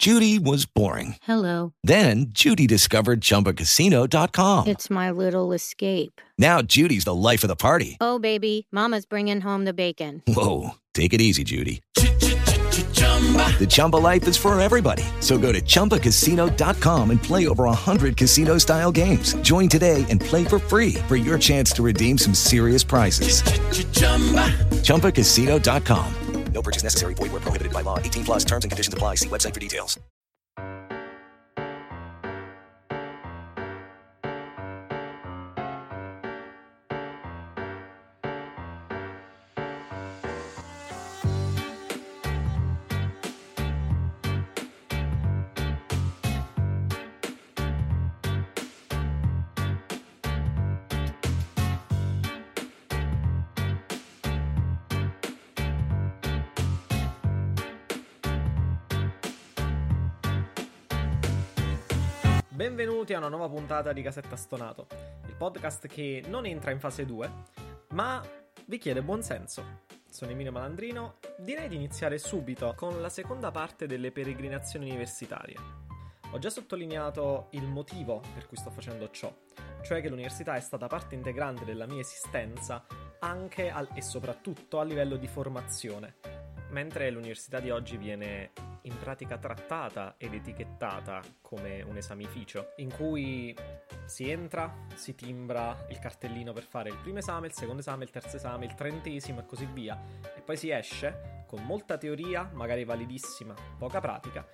Judy was boring. Hello. Then Judy discovered ChumbaCasino.com. It's my little escape. Now Judy's the life of the party. Oh, baby, mama's bringing home the bacon. Whoa, take it easy, Judy. The Chumba life is for everybody. So go to ChumbaCasino.com and play over 100 casino-style games. Join today and play for free for your chance to redeem some serious prizes. ChumbaCasino.com. No purchase necessary. Void where prohibited by law. 18 plus terms and conditions apply. See website for details. Benvenuti a una nuova puntata di Casetta Stonato, il podcast che non entra in fase 2, ma vi chiede buonsenso. Sono Emilio Malandrino, direi di iniziare subito con la seconda parte delle peregrinazioni universitarie. Ho già sottolineato il motivo per cui sto facendo ciò, cioè che l'università è stata parte integrante della mia esistenza anche e soprattutto a livello di formazione, mentre l'università di oggi viene in pratica trattata ed etichettata come un esamificio in cui si entra, si timbra il cartellino per fare il primo esame, il secondo esame, il terzo esame, il 30° e così via, e poi si esce con molta teoria, magari validissima, poca pratica.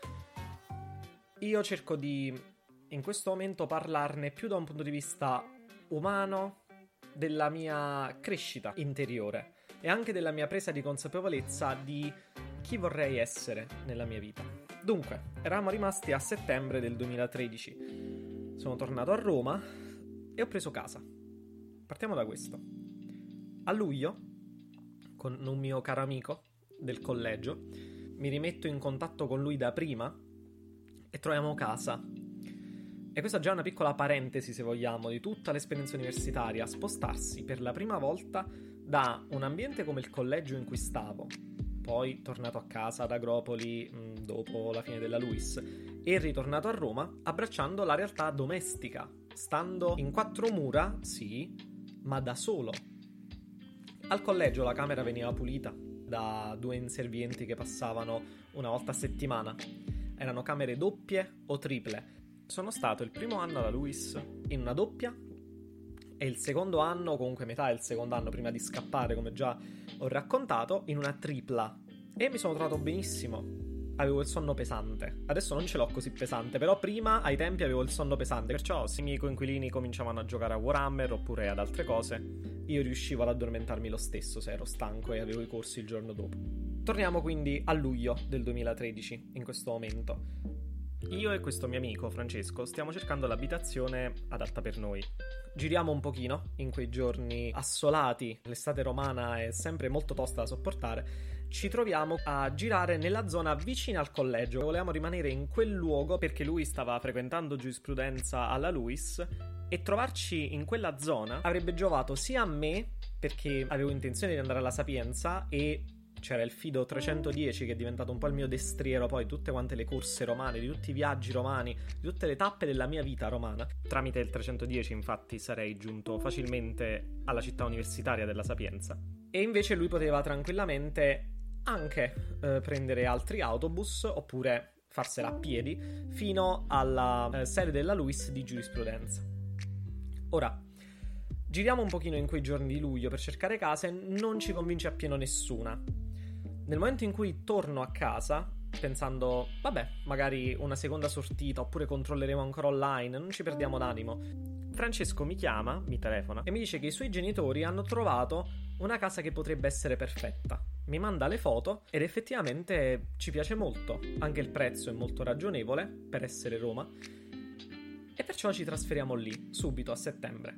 Io cerco di, in questo momento, parlarne più da un punto di vista umano, della mia crescita interiore e anche della mia presa di consapevolezza di chi vorrei essere nella mia vita. Dunque, eravamo rimasti a settembre del 2013. Sono tornato a Roma e ho preso casa. Partiamo da questo. A luglio, con un mio caro amico del collegio, mi rimetto in contatto con lui da prima e troviamo casa. E questa è già una piccola parentesi, se vogliamo, di tutta l'esperienza universitaria, spostarsi per la prima volta da un ambiente come il collegio in cui stavo, poi tornato a casa ad Agropoli dopo la fine della LUISS e ritornato a Roma abbracciando la realtà domestica, stando in 4 mura, sì, ma da solo. Al collegio la camera veniva pulita da 2 inservienti che passavano una volta a settimana. Erano camere doppie o triple. Sono stato il primo anno alla LUISS in una doppia e il secondo anno, comunque metà del secondo anno prima di scappare, come già ho raccontato, in una tripla. E mi sono trovato benissimo. Avevo il sonno pesante. Adesso non ce l'ho così pesante, però prima, ai tempi, avevo il sonno pesante. Perciò se i miei coinquilini cominciavano a giocare a Warhammer oppure ad altre cose, io riuscivo ad addormentarmi lo stesso se ero stanco e avevo i corsi il giorno dopo. Torniamo quindi a luglio del 2013, in questo momento. Io e questo mio amico, Francesco, stiamo cercando l'abitazione adatta per noi. Giriamo un pochino in quei giorni assolati, l'estate romana è sempre molto tosta da sopportare. Ci troviamo a girare nella zona vicina al collegio. Volevamo rimanere in quel luogo perché lui stava frequentando giurisprudenza alla LUISS e trovarci in quella zona avrebbe giovato sia a me, perché avevo intenzione di andare alla Sapienza e c'era il Fido 310 che è diventato un po' il mio destriero poi di tutte quante le corse romane, di tutti i viaggi romani, di tutte le tappe della mia vita romana. Tramite il 310 infatti sarei giunto facilmente alla città universitaria della Sapienza. E invece lui poteva tranquillamente anche prendere altri autobus oppure farsela a piedi fino alla sede della LUISS di giurisprudenza. Ora, giriamo un pochino in quei giorni di luglio per cercare case e non ci convince appieno nessuna. Nel momento in cui torno a casa, pensando, vabbè, magari una seconda sortita oppure controlleremo ancora online, non ci perdiamo d'animo, Francesco mi chiama, mi telefona e mi dice che i suoi genitori hanno trovato una casa che potrebbe essere perfetta. Mi manda le foto ed effettivamente ci piace molto, anche il prezzo è molto ragionevole per essere Roma e perciò ci trasferiamo lì, subito a settembre.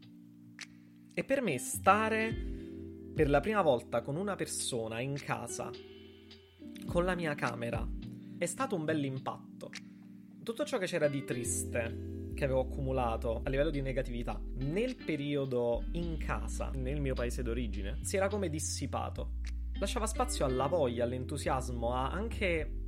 E per me stare per la prima volta con una persona in casa, con la mia camera, è stato un bell'impatto. Tutto ciò che c'era di triste, che avevo accumulato a livello di negatività nel periodo in casa, nel mio paese d'origine, si era come dissipato. Lasciava spazio alla voglia, all'entusiasmo, anche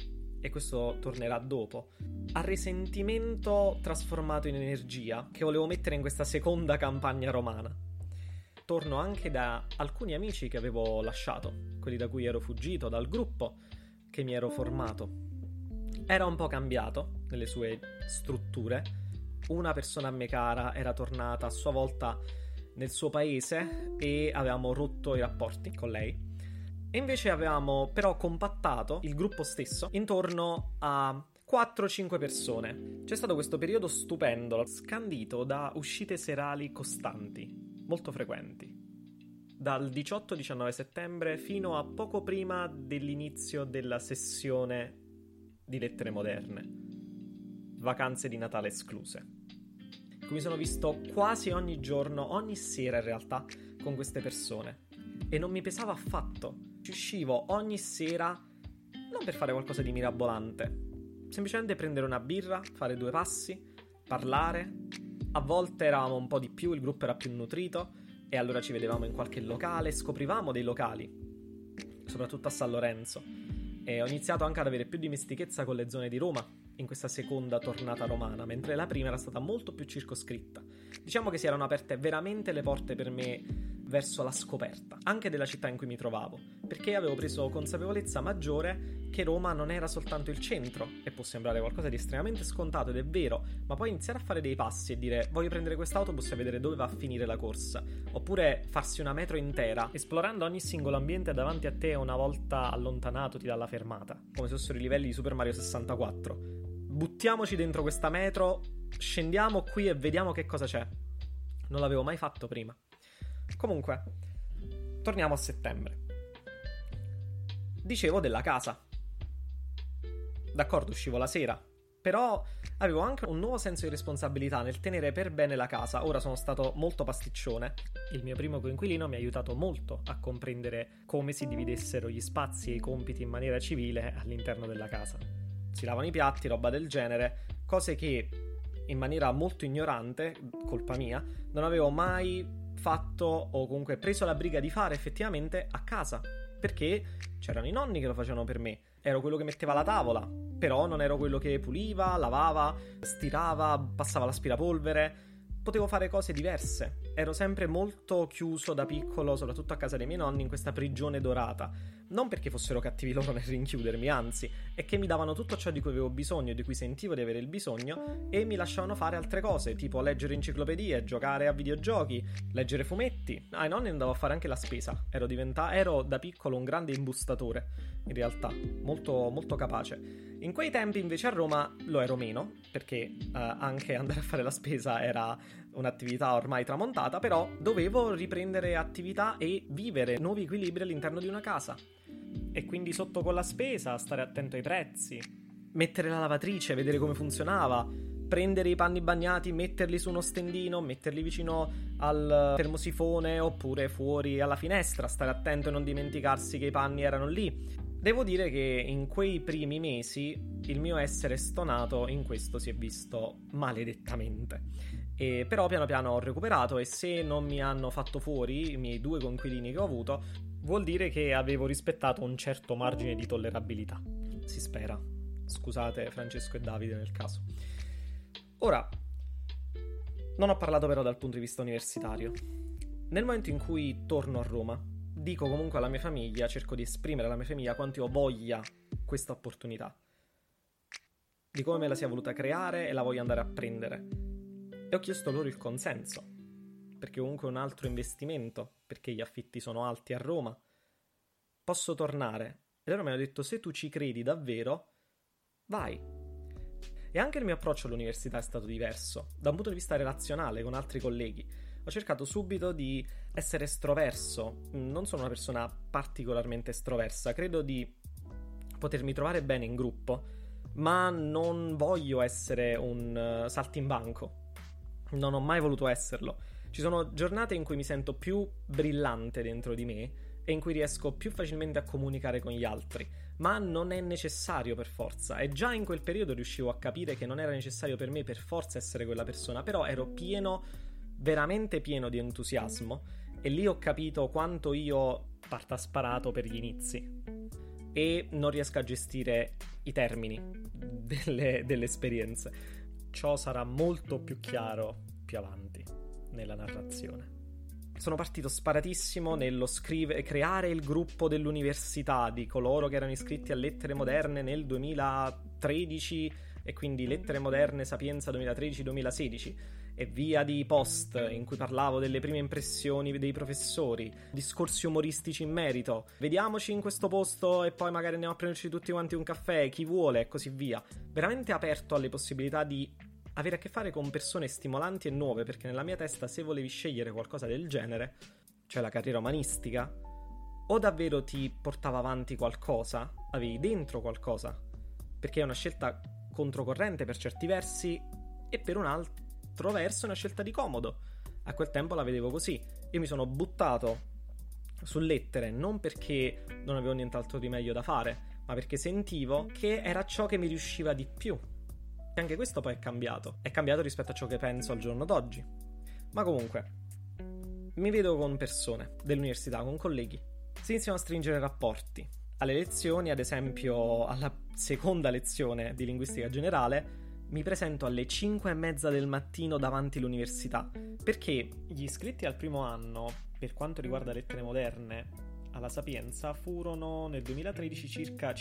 e questo tornerà dopo, a risentimento trasformato in energia che volevo mettere in questa seconda campagna romana. Torno anche da alcuni amici che avevo lasciato, quelli da cui ero fuggito, dal gruppo che mi ero formato. Era un po' cambiato nelle sue strutture. Una persona a me cara era tornata a sua volta nel suo paese e avevamo rotto i rapporti con lei. E invece avevamo però compattato il gruppo stesso intorno a 4-5 persone. C'è stato questo periodo stupendo, scandito da uscite serali costanti, molto frequenti, dal 18-19 settembre fino a poco prima dell'inizio della sessione di lettere moderne, vacanze di Natale escluse. Mi sono visto quasi ogni giorno, ogni sera in realtà, con queste persone e non mi pesava affatto. Ci uscivo ogni sera non per fare qualcosa di mirabolante, semplicemente prendere una birra, fare 2 passi, parlare. A volte eravamo un po' di più, il gruppo era più nutrito e allora ci vedevamo in qualche locale, scoprivamo dei locali, soprattutto a San Lorenzo, e ho iniziato anche ad avere più dimestichezza con le zone di Roma in questa seconda tornata romana, mentre la prima era stata molto più circoscritta. Diciamo che si erano aperte veramente le porte per me verso la scoperta, anche della città in cui mi trovavo, perché avevo preso consapevolezza maggiore che Roma non era soltanto il centro, e può sembrare qualcosa di estremamente scontato ed è vero, ma poi iniziare a fare dei passi e dire voglio prendere quest'autobus e vedere dove va a finire la corsa, oppure farsi una metro intera, esplorando ogni singolo ambiente davanti a te una volta allontanatoti dalla fermata, come se fossero i livelli di Super Mario 64. Buttiamoci dentro questa metro, scendiamo qui e vediamo che cosa c'è. Non l'avevo mai fatto prima. Comunque, torniamo a settembre. Dicevo della casa. D'accordo, uscivo la sera, però avevo anche un nuovo senso di responsabilità nel tenere per bene la casa. Ora sono stato molto pasticcione. Il mio primo coinquilino mi ha aiutato molto a comprendere come si dividessero gli spazi e i compiti in maniera civile all'interno della casa. Si lavano i piatti, roba del genere, cose che in maniera molto ignorante, colpa mia, non avevo mai fatto o comunque preso la briga di fare effettivamente a casa, perché c'erano i nonni che lo facevano per me. Ero quello che metteva la tavola, però non ero quello che puliva, lavava, stirava, passava l'aspirapolvere. Potevo fare cose diverse. Ero sempre molto chiuso da piccolo, soprattutto a casa dei miei nonni, in questa prigione dorata. Non perché fossero cattivi loro nel rinchiudermi, anzi, è che mi davano tutto ciò di cui avevo bisogno, di cui sentivo di avere il bisogno, e mi lasciavano fare altre cose, tipo leggere enciclopedie, giocare a videogiochi, leggere fumetti. Ai nonni andavo a fare anche la spesa. Ero da piccolo un grande imbustatore, in realtà, molto, molto capace. In quei tempi invece a Roma lo ero meno, perché anche andare a fare la spesa era un'attività ormai tramontata, però dovevo riprendere attività e vivere nuovi equilibri all'interno di una casa. E quindi sotto con la spesa, stare attento ai prezzi, mettere la lavatrice, vedere come funzionava, prendere i panni bagnati, metterli su uno stendino, metterli vicino al termosifone oppure fuori alla finestra, stare attento e non dimenticarsi che i panni erano lì. Devo dire che in quei primi mesi il mio essere stonato in questo si è visto maledettamente. Però piano piano ho recuperato, e se non mi hanno fatto fuori i miei 2 coinquilini che ho avuto, vuol dire che avevo rispettato un certo margine di tollerabilità. Si spera. Scusate Francesco e Davide nel caso. Ora, non ho parlato però dal punto di vista universitario. Nel momento in cui torno a Roma, dico comunque alla mia famiglia, cerco di esprimere alla mia famiglia quanto io voglia questa opportunità, di come me la sia voluta creare e la voglio andare a prendere. E ho chiesto loro il consenso, perché comunque è un altro investimento, perché gli affitti sono alti a Roma. Posso tornare? E loro mi hanno detto: se tu ci credi davvero, vai. E anche il mio approccio all'università è stato diverso, da un punto di vista relazionale con altri colleghi. Ho cercato subito di essere estroverso. Non sono una persona particolarmente estroversa, credo di potermi trovare bene in gruppo, ma non voglio essere un saltimbanco. Non ho mai voluto esserlo. Ci sono giornate in cui mi sento più brillante dentro di me e in cui riesco più facilmente a comunicare con gli altri, ma non è necessario per forza. E già in quel periodo riuscivo a capire che non era necessario per me per forza essere quella persona, però ero pieno, veramente pieno di entusiasmo, e lì ho capito quanto io parta sparato per gli inizi. e non riesco a gestire i termini delle esperienze. Ciò sarà molto più chiaro più avanti nella narrazione. Sono partito sparatissimo nello creare il gruppo dell'università di coloro che erano iscritti a Lettere Moderne nel 2013 e quindi Lettere Moderne Sapienza 2013-2016 e via di post in cui parlavo delle prime impressioni dei professori, discorsi umoristici in merito, vediamoci in questo posto e poi magari andiamo a prenderci tutti quanti un caffè, chi vuole e così via. Veramente aperto alle possibilità di avere a che fare con persone stimolanti e nuove, perché nella mia testa, se volevi scegliere qualcosa del genere, cioè la carriera umanistica, o davvero ti portava avanti qualcosa, avevi dentro qualcosa, perché è una scelta controcorrente per certi versi e per un altro verso è una scelta di comodo. A quel tempo la vedevo così. Io mi sono buttato su lettere non perché non avevo nient'altro di meglio da fare, ma perché sentivo che era ciò che mi riusciva di più. E anche questo poi è cambiato rispetto a ciò che penso al giorno d'oggi. Ma comunque, mi vedo con persone dell'università, con colleghi. Si iniziano a stringere rapporti. Alle lezioni, ad esempio, alla seconda lezione di linguistica generale, mi presento alle 5:30 del mattino davanti all'università, perché gli iscritti al primo anno, per quanto riguarda Lettere Moderne, alla Sapienza, furono nel 2013 circa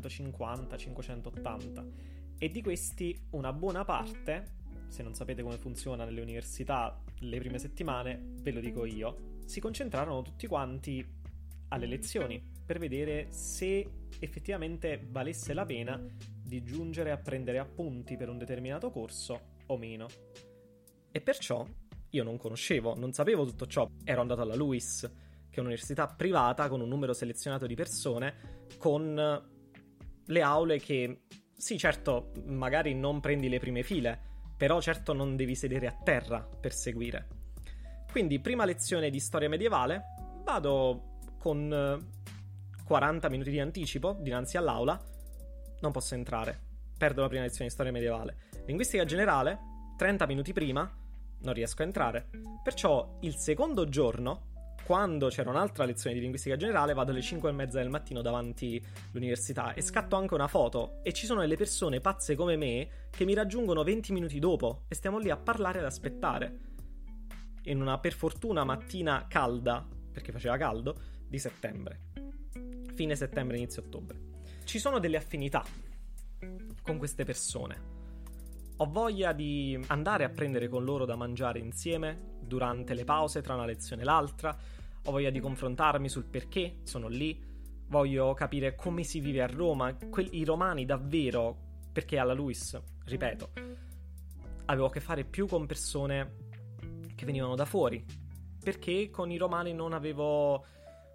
550-580. E di questi una buona parte, se non sapete come funziona nelle università le prime settimane, ve lo dico io, si concentrarono tutti quanti alle lezioni per vedere se effettivamente valesse la pena di giungere a prendere appunti per un determinato corso o meno. E perciò io non sapevo tutto ciò. Ero andato alla LUISS, che è un'università privata con un numero selezionato di persone, con le aule che... Sì, certo, magari non prendi le prime file, però certo non devi sedere a terra per seguire. Quindi, prima lezione di storia medievale, vado con 40 minuti di anticipo dinanzi all'aula, non posso entrare, perdo la prima lezione di storia medievale. Linguistica generale, 30 minuti prima, non riesco a entrare. Perciò il secondo giorno, quando c'era un'altra lezione di linguistica generale, vado alle 5:30 del mattino davanti all'università e scatto anche una foto, e ci sono delle persone pazze come me che mi raggiungono 20 minuti dopo e stiamo lì a parlare ed aspettare in una, per fortuna, mattina calda, perché faceva caldo, di settembre, fine settembre, inizio ottobre. Ci sono delle affinità con queste persone. Ho voglia di andare a prendere con loro da mangiare insieme durante le pause tra una lezione e l'altra. Ho voglia di confrontarmi sul perché sono lì. Voglio capire come si vive a Roma, i romani davvero, perché alla LUISS, ripeto, avevo a che fare più con persone che venivano da fuori, perché con i romani non ero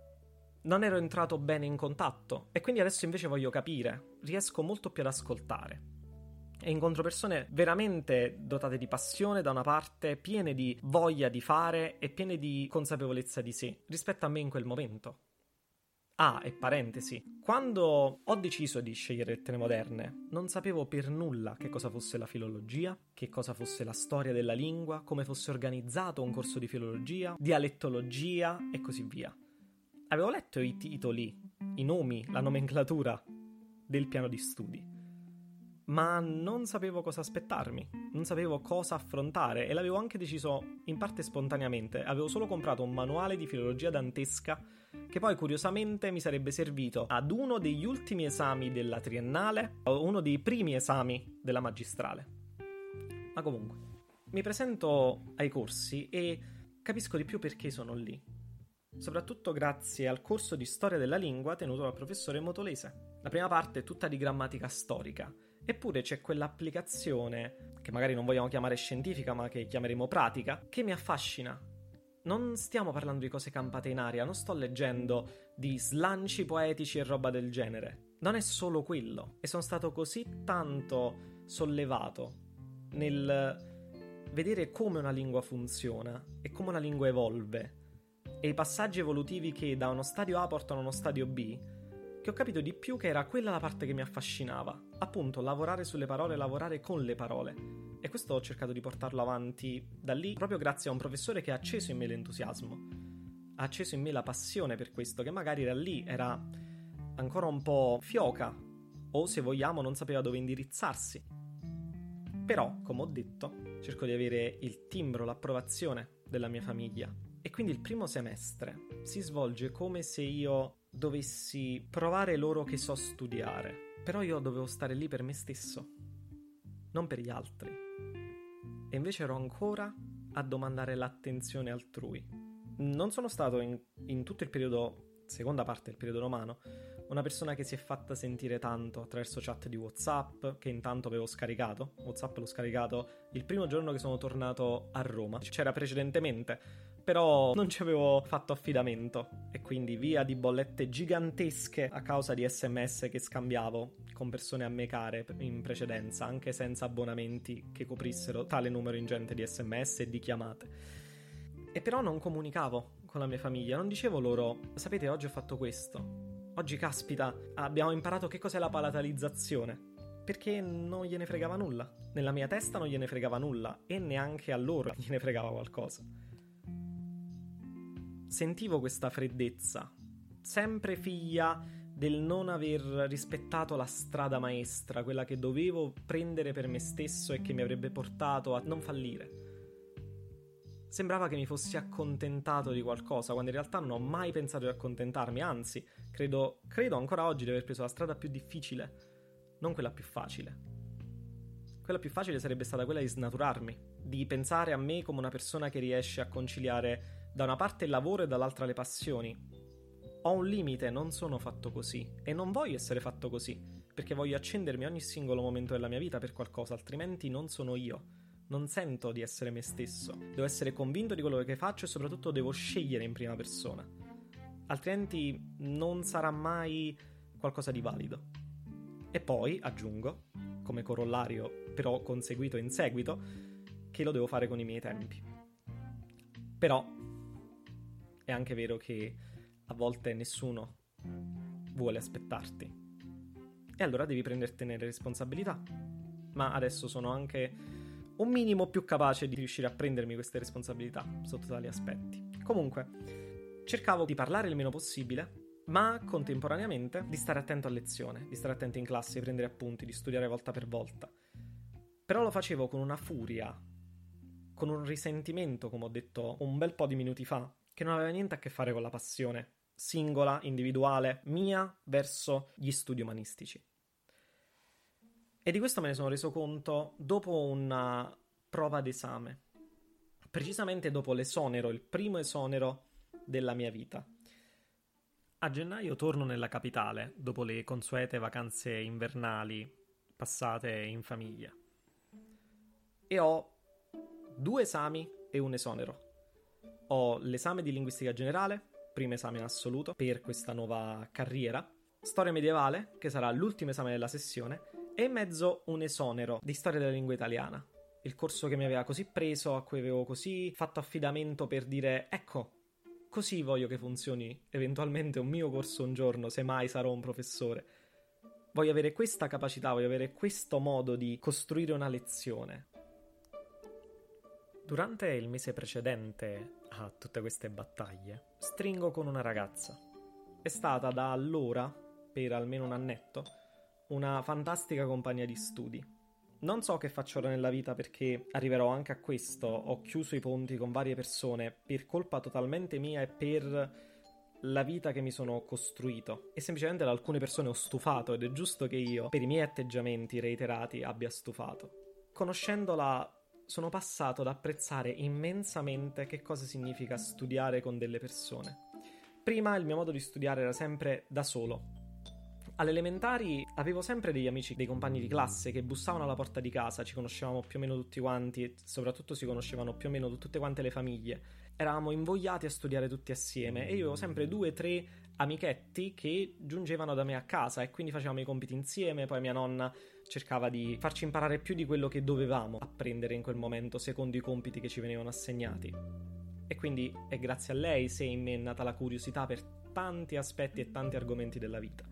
entrato bene in contatto, e quindi adesso invece voglio capire, riesco molto più ad ascoltare. E incontro persone veramente dotate di passione da una parte, piene di voglia di fare e piene di consapevolezza di sé rispetto a me in quel momento. Ah, e parentesi, quando ho deciso di scegliere Lettere Moderne, non sapevo per nulla che cosa fosse la filologia, che cosa fosse la storia della lingua, come fosse organizzato un corso di filologia, dialettologia e così via. Avevo letto i titoli, i nomi, la nomenclatura del piano di studi, ma non sapevo cosa aspettarmi, non sapevo cosa affrontare, e l'avevo anche deciso in parte spontaneamente. Avevo solo comprato un manuale di filologia dantesca che poi curiosamente mi sarebbe servito ad uno degli ultimi esami della triennale o uno dei primi esami della magistrale. Ma comunque, mi presento ai corsi e capisco di più perché sono lì, soprattutto grazie al corso di storia della lingua tenuto dal professore Motolese. La prima parte è tutta di grammatica storica, eppure c'è quell'applicazione, che magari non vogliamo chiamare scientifica ma che chiameremo pratica, che mi affascina. Non stiamo parlando di cose campate in aria, non sto leggendo di slanci poetici e roba del genere. Non è solo quello. E sono stato così tanto sollevato nel vedere come una lingua funziona e come una lingua evolve e i passaggi evolutivi che da uno stadio A portano a uno stadio B, che ho capito di più che era quella la parte che mi affascinava, appunto lavorare sulle parole, lavorare con le parole. E questo ho cercato di portarlo avanti da lì, proprio grazie a un professore che ha acceso in me l'entusiasmo, ha acceso in me la passione per questo, che magari era lì, era ancora un po' fioca, o se vogliamo non sapeva dove indirizzarsi. Però, come ho detto, cerco di avere il timbro, l'approvazione della mia famiglia. E quindi il primo semestre si svolge come se io dovessi provare loro che so studiare. Però io dovevo stare lì per me stesso, non per gli altri. E invece ero ancora a domandare l'attenzione altrui. Non sono stato in tutto il periodo, seconda parte del periodo romano, una persona che si è fatta sentire tanto attraverso chat di WhatsApp, che intanto avevo scaricato. WhatsApp l'ho scaricato il primo giorno che sono tornato a Roma. C'era precedentemente, però non ci avevo fatto affidamento e quindi via di bollette gigantesche a causa di SMS che scambiavo con persone a me care in precedenza, anche senza abbonamenti che coprissero tale numero ingente di SMS e di chiamate. E però non comunicavo con la mia famiglia, non dicevo loro: sapete, oggi ho fatto questo, oggi caspita abbiamo imparato che cos'è la palatalizzazione, perché non gliene fregava nulla. Nella mia testa non gliene fregava nulla e neanche a loro gliene fregava qualcosa. Sentivo questa freddezza, sempre figlia del non aver rispettato la strada maestra, quella che dovevo prendere per me stesso e che mi avrebbe portato a non fallire. Sembrava che mi fossi accontentato di qualcosa, quando in realtà non ho mai pensato di accontentarmi, anzi, credo ancora oggi di aver preso la strada più difficile, non quella più facile. Quella più facile sarebbe stata quella di snaturarmi, di pensare a me come una persona che riesce a conciliare da una parte il lavoro e dall'altra le passioni. Ho un limite, non sono fatto così, e non voglio essere fatto così, perché voglio accendermi ogni singolo momento della mia vita per qualcosa, altrimenti non sono io. Non sento di essere me stesso. Devo essere convinto di quello che faccio e soprattutto devo scegliere in prima persona. Altrimenti non sarà mai qualcosa di valido. E poi, aggiungo, come corollario però conseguito in seguito, che lo devo fare con i miei tempi. Però è anche vero che a volte nessuno vuole aspettarti. E allora devi prendertene le responsabilità. Ma adesso sono anche un minimo più capace di riuscire a prendermi queste responsabilità sotto tali aspetti. Comunque, cercavo di parlare il meno possibile, ma contemporaneamente di stare attento a lezione, di stare attento in classe, di prendere appunti, di studiare volta per volta. Però lo facevo con una furia, con un risentimento, come ho detto un bel po' di minuti fa, che non aveva niente a che fare con la passione singola, individuale, mia verso gli studi umanistici. E di questo me ne sono reso conto dopo una prova d'esame, precisamente dopo l'esonero, il primo esonero della mia vita. A gennaio torno nella capitale, dopo le consuete vacanze invernali passate in famiglia. E ho 2 esami e un esonero. Ho l'esame di linguistica generale, primo esame in assoluto per questa nuova carriera, storia medievale, che sarà l'ultimo esame della sessione, e in mezzo un esonero di storia della lingua italiana, il corso che mi aveva così preso, a cui avevo così fatto affidamento per dire: ecco, così voglio che funzioni eventualmente un mio corso un giorno, se mai sarò un professore. Voglio avere questa capacità, voglio avere questo modo di costruire una lezione. Durante il mese precedente a tutte queste battaglie, stringo con una ragazza. È stata da allora, per almeno un annetto, una fantastica compagnia di studi. Non so che faccio ora nella vita, perché arriverò anche a questo. Ho chiuso i ponti con varie persone per colpa totalmente mia e per la vita che mi sono costruito. E semplicemente da alcune persone ho stufato, ed è giusto che io, per i miei atteggiamenti reiterati, abbia stufato. Conoscendola, sono passato ad apprezzare immensamente che cosa significa studiare con delle persone. Prima il mio modo di studiare era sempre da solo. Alle elementari avevo sempre degli amici, dei compagni di classe che bussavano alla porta di casa, ci conoscevamo più o meno tutti quanti e soprattutto si conoscevano più o meno tutte quante le famiglie. Eravamo invogliati a studiare tutti assieme e io avevo sempre 2 o 3 amichetti che giungevano da me a casa e quindi facevamo i compiti insieme. Poi mia nonna cercava di farci imparare più di quello che dovevamo apprendere in quel momento secondo i compiti che ci venivano assegnati. E quindi è grazie a lei se in me è nata la curiosità per tanti aspetti e tanti argomenti della vita.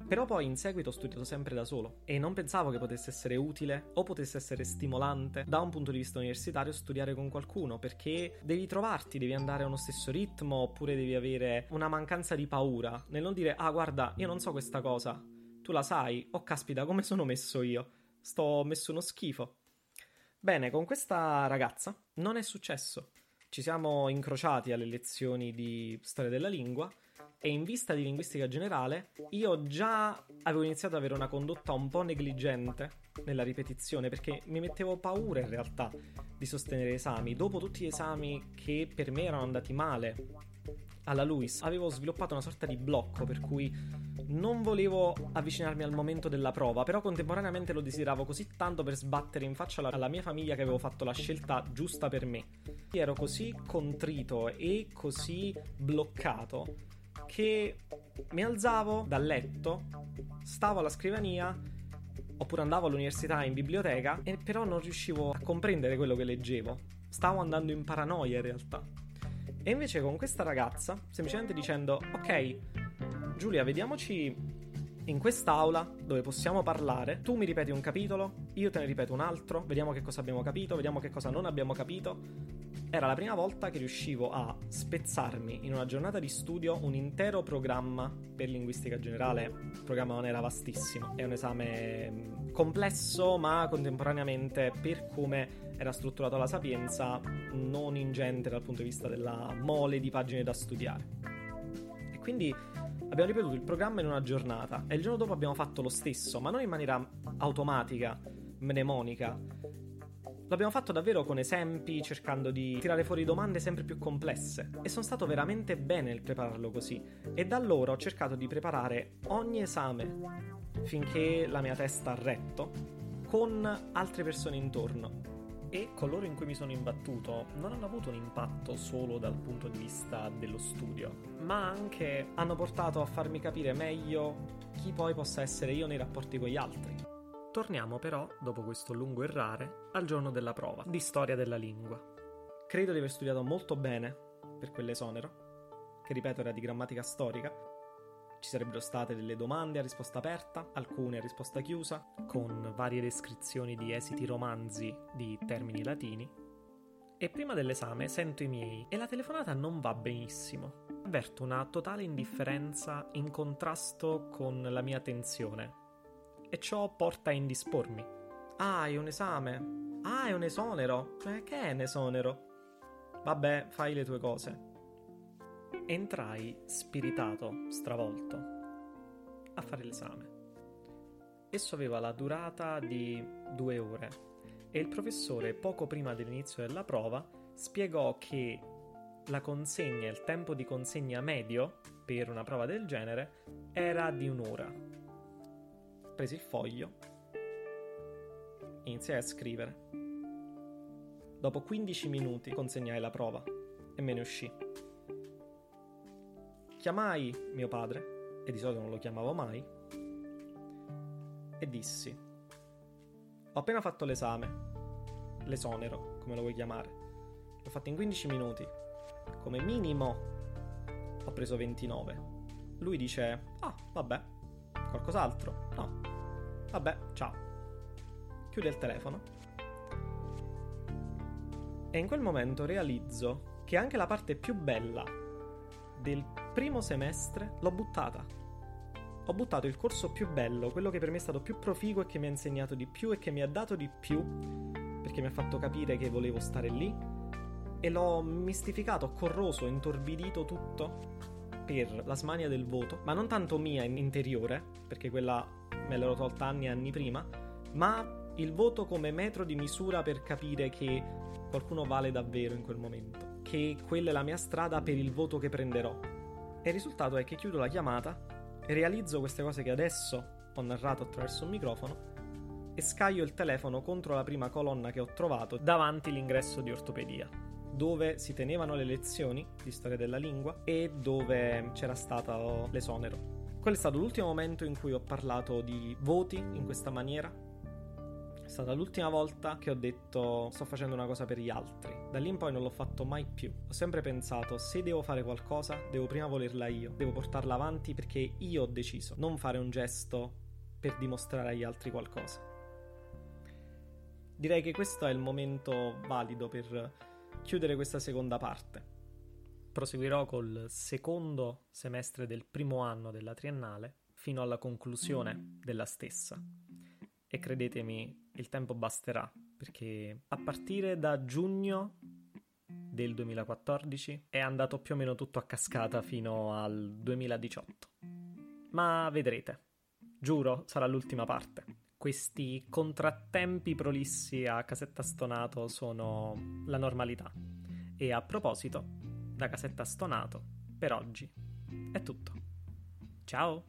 Però poi in seguito ho studiato sempre da solo e non pensavo che potesse essere utile o potesse essere stimolante da un punto di vista universitario studiare con qualcuno, perché devi trovarti, devi andare a uno stesso ritmo, oppure devi avere una mancanza di paura nel non dire ah guarda io non so questa cosa, tu la sai, oh caspita come sono messo io, sto messo uno schifo. Bene, con questa ragazza non è successo, ci siamo incrociati alle lezioni di storia della lingua e in vista di linguistica generale io già avevo iniziato ad avere una condotta un po' negligente nella ripetizione, perché mi mettevo paura in realtà di sostenere esami. Dopo tutti gli esami che per me erano andati male alla LUISS avevo sviluppato una sorta di blocco per cui non volevo avvicinarmi al momento della prova, però contemporaneamente lo desideravo così tanto per sbattere in faccia alla mia famiglia che avevo fatto la scelta giusta per me. Ero così contrito e così bloccato che mi alzavo dal letto, stavo alla scrivania oppure andavo all'università in biblioteca e però non riuscivo a comprendere quello che leggevo. Stavo andando in paranoia in realtà. E invece con questa ragazza, semplicemente dicendo ok Giulia, vediamoci in quest'aula dove possiamo parlare, tu mi ripeti un capitolo, io te ne ripeto un altro, vediamo che cosa abbiamo capito, vediamo che cosa non abbiamo capito. Era la prima volta che riuscivo a spezzarmi in una giornata di studio un intero programma per linguistica generale. Il programma non era vastissimo, è un esame complesso, ma contemporaneamente, per come era strutturato la Sapienza, non ingente dal punto di vista della mole di pagine da studiare. E quindi abbiamo ripetuto il programma in una giornata e il giorno dopo abbiamo fatto lo stesso, ma non in maniera automatica, mnemonica. L'abbiamo fatto davvero con esempi, cercando di tirare fuori domande sempre più complesse, e sono stato veramente bene nel prepararlo così. E da allora ho cercato di preparare ogni esame finché la mia testa ha retto, con altre persone intorno. E coloro in cui mi sono imbattuto non hanno avuto un impatto solo dal punto di vista dello studio, ma anche hanno portato a farmi capire meglio chi poi possa essere io nei rapporti con gli altri. Torniamo però, dopo questo lungo errare, al giorno della prova di storia della lingua. Credo di aver studiato molto bene per quell'esonero, che ripeto era di grammatica storica. Ci sarebbero state delle domande a risposta aperta, alcune a risposta chiusa, con varie descrizioni di esiti romanzi di termini latini. E prima dell'esame sento i miei e la telefonata non va benissimo. Avverto una totale indifferenza in contrasto con la mia tensione. E ciò porta a indispormi. Ah, è un esame. Ah, è un esonero. Che è un esonero? Vabbè, fai le tue cose. Entrai spiritato, stravolto, a fare l'esame. Esso aveva la durata di 2 ore e il professore, poco prima dell'inizio della prova, spiegò che la consegna, il tempo di consegna medio per una prova del genere era di 1 ora. Presi il foglio, iniziai a scrivere. Dopo 15 minuti consegnai la prova e me ne uscii. Chiamai mio padre, e di solito non lo chiamavo mai, e dissi: ho appena fatto l'esame, l'esonero, come lo vuoi chiamare. L'ho fatto in 15 minuti. Come minimo ho preso 29. Lui dice: ah, vabbè, qualcos'altro? No. Vabbè, ciao. Chiude il telefono. E in quel momento realizzo che anche la parte più bella del primo semestre l'ho buttata. Ho buttato il corso più bello, quello che per me è stato più proficuo e che mi ha insegnato di più e che mi ha dato di più, perché mi ha fatto capire che volevo stare lì, e l'ho mistificato, ho corroso, intorbidito tutto per la smania del voto, ma non tanto mia interiore, perché quella me l'ero tolta anni e anni prima, ma il voto come metro di misura per capire che qualcuno vale davvero in quel momento, che quella è la mia strada per il voto che prenderò. E il risultato è che chiudo la chiamata e realizzo queste cose che adesso ho narrato attraverso un microfono e scaglio il telefono contro la prima colonna che ho trovato davanti l'ingresso di ortopedia, dove si tenevano le lezioni di storia della lingua e dove c'era stato l'esonero. Quello è stato l'ultimo momento in cui ho parlato di voti in questa maniera. È stata l'ultima volta che ho detto sto facendo una cosa per gli altri. Da lì in poi non l'ho fatto mai più. Ho sempre pensato, se devo fare qualcosa, devo prima volerla io. Devo portarla avanti perché io ho deciso, non fare un gesto per dimostrare agli altri qualcosa. Direi che questo è il momento valido per chiudere questa seconda parte. Proseguirò col secondo semestre del primo anno della triennale fino alla conclusione della stessa. E credetemi, il tempo basterà, perché a partire da giugno del 2014 è andato più o meno tutto a cascata fino al 2018. Ma vedrete, giuro, sarà l'ultima parte. Questi contrattempi prolissi a Casetta Stonato sono la normalità. E a proposito, da Casetta Stonato, per oggi è tutto. Ciao!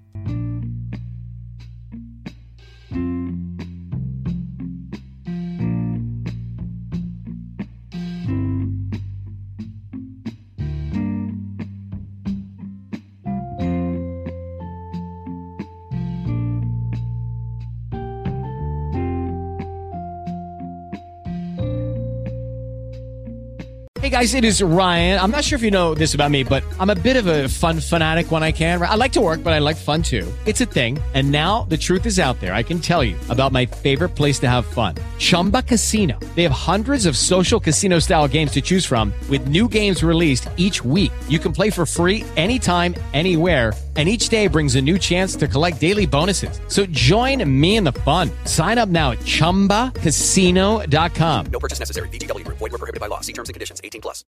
Hey guys, it is Ryan. I'm not sure if you know this about me, but I'm a bit of a fun fanatic when I can. I like to work, but I like fun too. It's a thing. And now the truth is out there. I can tell you about my favorite place to have fun. Chumba Casino. They have hundreds of social casino style games to choose from with new games released each week. You can play for free anytime, anywhere. And each day brings a new chance to collect daily bonuses. So join me in the fun. Sign up now at ChumbaCasino.com. No purchase necessary. VGW Group. Void where prohibited by law. See terms and conditions. 18+.